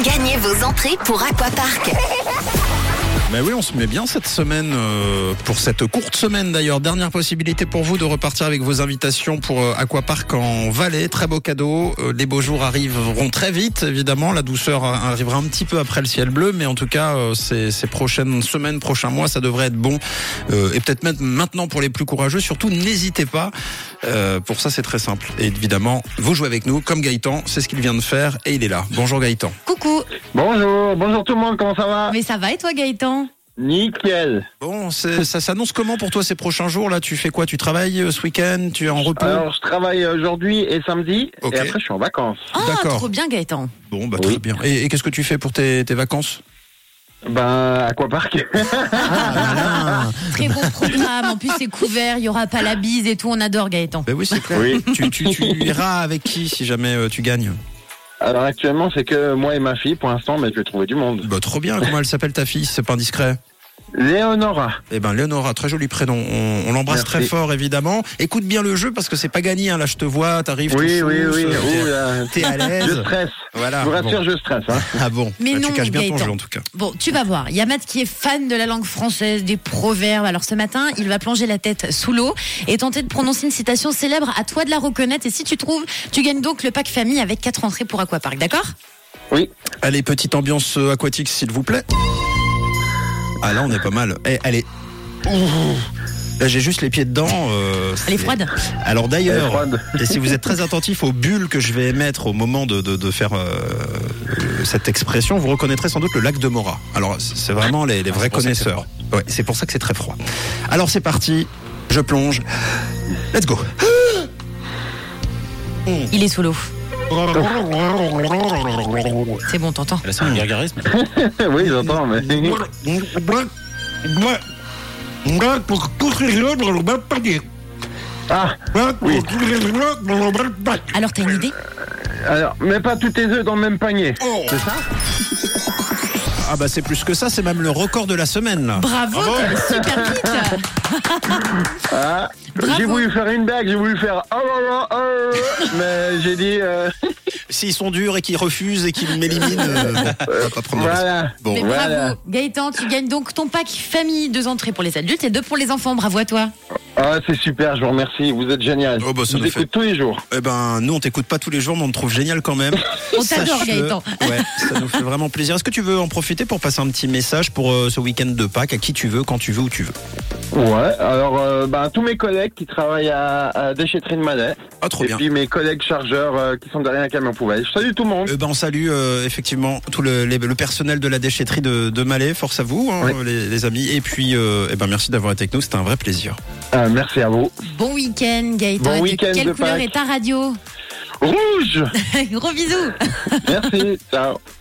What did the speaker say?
Gagnez vos entrées pour Aquapark. Mais oui, on se met bien cette semaine, pour cette courte semaine d'ailleurs. Dernière possibilité pour vous de repartir avec vos invitations pour Aquapark en Valais. Très beau cadeau. Les beaux jours arriveront très vite, évidemment. La douceur arrivera un petit peu après le ciel bleu, mais en tout cas, ces prochaines semaines, prochains mois, ça devrait être bon. Et peut-être même maintenant pour les plus courageux. Surtout, n'hésitez pas. Pour ça, c'est très simple. Et évidemment, vous jouez avec nous, comme Gaëtan. C'est ce qu'il vient de faire et il est là. Bonjour Gaëtan. Coucou. Bonjour tout le monde, comment ça va? Mais ça va et toi Gaëtan? Nickel. Bon, ça s'annonce comment pour toi ces prochains jours là? Tu fais quoi? Tu travailles ce week-end? Tu es en repos? Alors je travaille aujourd'hui et samedi, Okay. et après je suis en vacances. Ah, D'accord. trop bien Gaëtan. Bon, bah Oui. très bien. Et qu'est-ce que tu fais pour tes vacances? Aquapark. Très bon programme, en plus c'est couvert, il y aura pas la bise et tout, on adore Gaëtan. Ben oui, c'est clair. Oui. Tu iras avec qui si jamais tu gagnes? Alors actuellement c'est que moi et ma fille pour l'instant, mais je vais trouver du monde. Bah trop bien. Comment elle s'appelle ta fille? C'est pas indiscret? Léonora. Eh ben Léonora, très joli prénom. On l'embrasse Merci. très fort évidemment. Écoute bien le jeu parce que c'est pas gagné. Hein. Là je te vois, t'arrives. Oui, tout oui, chousse, oui. t'es- Ouh, là. T'es à l'aise. Je stresse. Voilà. Je vous rassure, bon. je stresse. Hein. Ah bon. Mais Bah, non, tu caches bien ton Gaëtan. jeu en tout cas. Bon, tu vas voir, il y a Matt qui est fan de la langue française, des proverbes. Alors ce matin, il va plonger la tête sous l'eau et tenter de prononcer une citation célèbre. À toi de la reconnaître et si tu trouves, tu gagnes donc le pack famille avec 4 entrées pour Aquapark, d'accord? Oui. Allez, petite ambiance aquatique s'il vous plaît. Ah là on est pas mal. Allez. Là j'ai juste les pieds dedans. Elle est c'est- froide. Alors Elle est d'ailleurs, froide. et si vous êtes très attentif aux bulles que je vais émettre au moment de faire cette expression, vous reconnaîtrez sans doute le lac de Morat. Alors c'est vraiment les vrais connaisseurs. Ouais, c'est pour ça que c'est très froid. Alors c'est parti, je plonge. Let's go. Il est sous l'eau. C'est bon, t'entends? Là, c'est un gargarisme. Oui, j'entends, mais. Ah, oui. Alors t'as une idée? Alors, mets pas tous tes œufs dans le même panier. C'est ça? Ah bah c'est plus que ça, c'est même le record de la semaine là. Bravo, t'es allé super vite. Ah, Bravo. j'ai voulu faire une blague, j'ai voulu faire mais j'ai dit S'ils sont durs et qu'ils refusent et qu'ils m'éliminent, bon, on va pas prendre le risque. voilà. Bon, Mais Voilà. bravo, Gaëtan, tu gagnes donc ton pack famille, 2 entrées pour les adultes et 2 pour les enfants. Bravo à toi. Ah, c'est super, je vous remercie, vous êtes génial. Oh, bah, ça je nous vous fait- écoute tous les jours. Eh ben, nous, on t'écoute pas tous les jours, mais on te trouve génial quand même. On t'adore, Sache-le. Gaëtan. Ouais, ça nous fait vraiment plaisir. Est-ce que tu veux en profiter pour passer un petit message pour ce week-end de Pâques à qui tu veux, quand tu veux, où tu veux? Ouais, alors tous mes collègues qui travaillent à Déchetterie de Malais, Ah, trop et bien. puis mes collègues chargeurs qui sont derrière un camion poubelle. Je salue tout le monde. On salue effectivement tout le personnel de la déchetterie de Malais. Force à vous, hein, Oui. les amis. Et puis, merci d'avoir été avec nous. C'était un vrai plaisir. Merci à vous. Bon week-end, Gaëtan. Bon Et de week-end quelle de couleur Pâques. est ta radio? Rouge. Gros bisous. Merci. Ciao.